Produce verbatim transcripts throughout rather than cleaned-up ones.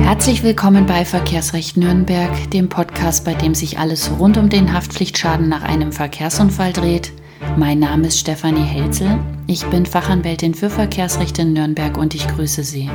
Herzlich willkommen bei Verkehrsrecht Nürnberg, dem Podcast, bei dem sich alles rund um den Haftpflichtschaden nach einem Verkehrsunfall dreht. Mein Name ist Stefanie Helzel, ich bin Fachanwältin für Verkehrsrecht in Nürnberg und ich grüße Sie.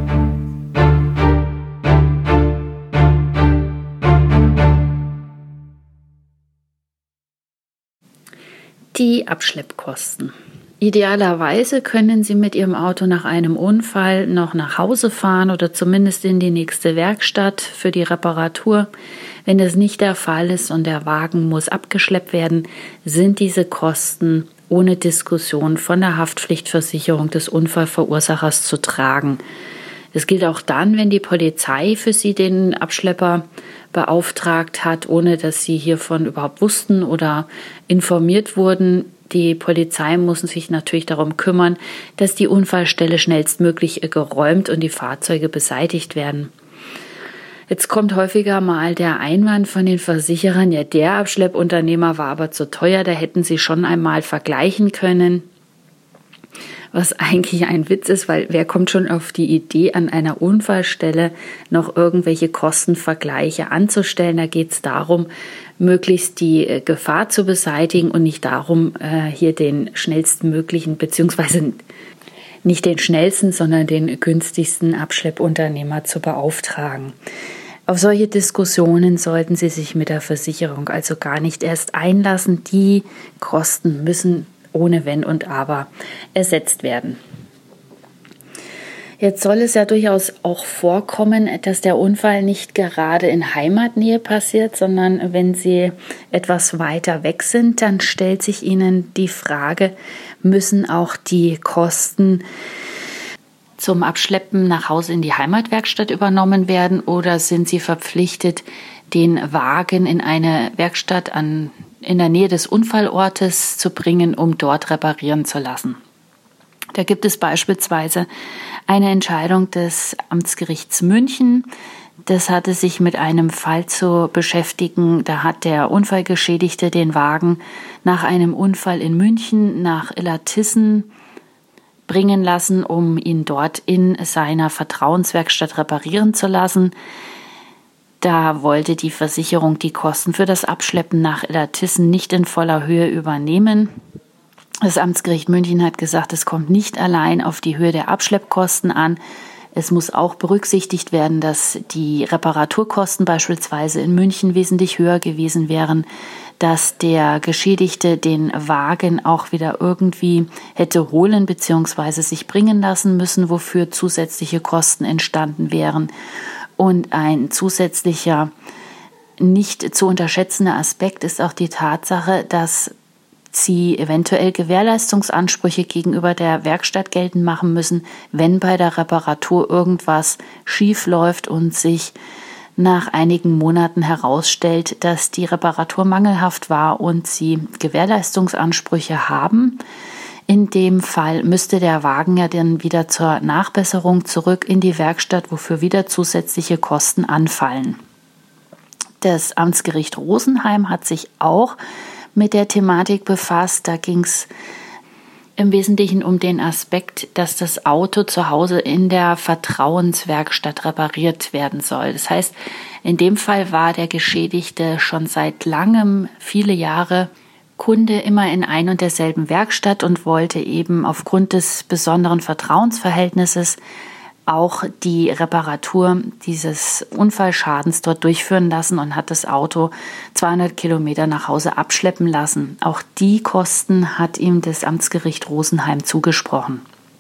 Die Abschleppkosten. Idealerweise können Sie mit Ihrem Auto nach einem Unfall noch nach Hause fahren oder zumindest in die nächste Werkstatt für die Reparatur. Wenn das nicht der Fall ist und der Wagen muss abgeschleppt werden, sind diese Kosten ohne Diskussion von der Haftpflichtversicherung des Unfallverursachers zu tragen. Es gilt auch dann, wenn die Polizei für Sie den Abschlepper beauftragt hat, ohne dass Sie hiervon überhaupt wussten oder informiert wurden. Die Polizei muss sich natürlich darum kümmern, dass die Unfallstelle schnellstmöglich geräumt und die Fahrzeuge beseitigt werden. Jetzt kommt häufiger mal der Einwand von den Versicherern, ja, der Abschleppunternehmer war aber zu teuer, da hätten Sie schon einmal vergleichen können. Was eigentlich ein Witz ist, weil wer kommt schon auf die Idee, an einer Unfallstelle noch irgendwelche Kostenvergleiche anzustellen? Da geht es darum, möglichst die Gefahr zu beseitigen und nicht darum, hier den schnellstmöglichen, beziehungsweise nicht den schnellsten, sondern den günstigsten Abschleppunternehmer zu beauftragen. Auf solche Diskussionen sollten Sie sich mit der Versicherung also gar nicht erst einlassen. Die Kosten müssen ohne Wenn und Aber ersetzt werden. Jetzt soll es ja durchaus auch vorkommen, dass der Unfall nicht gerade in Heimatnähe passiert, sondern wenn Sie etwas weiter weg sind, dann stellt sich Ihnen die Frage, müssen auch die Kosten zum Abschleppen nach Hause in die Heimatwerkstatt übernommen werden oder sind Sie verpflichtet, den Wagen in eine Werkstatt an in der Nähe des Unfallortes zu bringen, um dort reparieren zu lassen. Da gibt es beispielsweise eine Entscheidung des Amtsgerichts München. Das hatte sich mit einem Fall zu beschäftigen. Da hat der Unfallgeschädigte den Wagen nach einem Unfall in München nach Illertissen bringen lassen, um ihn dort in seiner Vertrauenswerkstatt reparieren zu lassen. Da wollte die Versicherung die Kosten für das Abschleppen nach Illertissen nicht in voller Höhe übernehmen. Das Amtsgericht München hat gesagt, es kommt nicht allein auf die Höhe der Abschleppkosten an. Es muss auch berücksichtigt werden, dass die Reparaturkosten beispielsweise in München wesentlich höher gewesen wären, dass der Geschädigte den Wagen auch wieder irgendwie hätte holen bzw. sich bringen lassen müssen, wofür zusätzliche Kosten entstanden wären. Und ein zusätzlicher, nicht zu unterschätzender Aspekt ist auch die Tatsache, dass Sie eventuell Gewährleistungsansprüche gegenüber der Werkstatt geltend machen müssen, wenn bei der Reparatur irgendwas schief läuft und sich nach einigen Monaten herausstellt, dass die Reparatur mangelhaft war und Sie Gewährleistungsansprüche haben. In dem Fall müsste der Wagen ja dann wieder zur Nachbesserung zurück in die Werkstatt, wofür wieder zusätzliche Kosten anfallen. Das Amtsgericht Rosenheim hat sich auch mit der Thematik befasst. Da ging es im Wesentlichen um den Aspekt, dass das Auto zu Hause in der Vertrauenswerkstatt repariert werden soll. Das heißt, in dem Fall war der Geschädigte schon seit langem, viele Jahre, Kunde immer in ein und derselben Werkstatt und wollte eben aufgrund des besonderen Vertrauensverhältnisses auch die Reparatur dieses Unfallschadens dort durchführen lassen und hat das Auto zweihundert Kilometer nach Hause abschleppen lassen. Auch die Kosten hat ihm das Amtsgericht Rosenheim zugesprochen.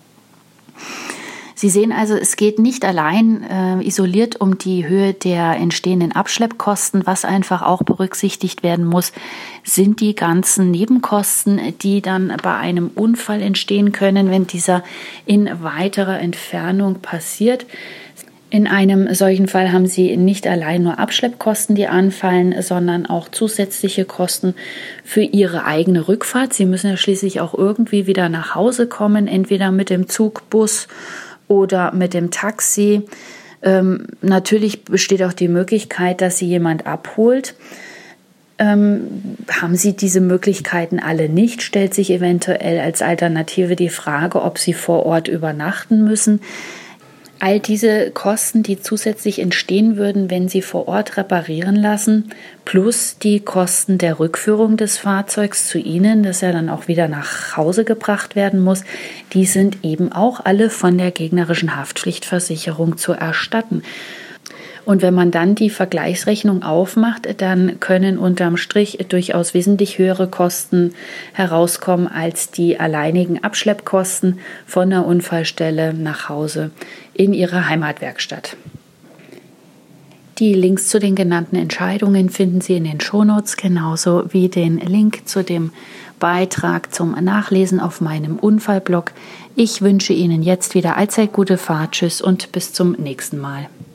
Sie sehen also, es geht nicht allein äh, isoliert um die Höhe der entstehenden Abschleppkosten. Was einfach auch berücksichtigt werden muss, sind die ganzen Nebenkosten, die dann bei einem Unfall entstehen können, wenn dieser in weiterer Entfernung passiert. In einem solchen Fall haben Sie nicht allein nur Abschleppkosten, die anfallen, sondern auch zusätzliche Kosten für Ihre eigene Rückfahrt. Sie müssen ja schließlich auch irgendwie wieder nach Hause kommen, entweder mit dem Zug, Bus oder mit dem Taxi. Ähm, natürlich besteht auch die Möglichkeit, dass Sie jemand abholt. Ähm, haben Sie diese Möglichkeiten alle nicht, stellt sich eventuell als Alternative die Frage, ob Sie vor Ort übernachten müssen. All diese Kosten, die zusätzlich entstehen würden, wenn Sie vor Ort reparieren lassen, plus die Kosten der Rückführung des Fahrzeugs zu Ihnen, das ja dann auch wieder nach Hause gebracht werden muss, die sind eben auch alle von der gegnerischen Haftpflichtversicherung zu erstatten. Und wenn man dann die Vergleichsrechnung aufmacht, dann können unterm Strich durchaus wesentlich höhere Kosten herauskommen als die alleinigen Abschleppkosten von der Unfallstelle nach Hause in Ihre Heimatwerkstatt. Die Links zu den genannten Entscheidungen finden Sie in den Shownotes, genauso wie den Link zu dem Beitrag zum Nachlesen auf meinem Unfallblog. Ich wünsche Ihnen jetzt wieder allzeit gute Fahrt, tschüss und bis zum nächsten Mal.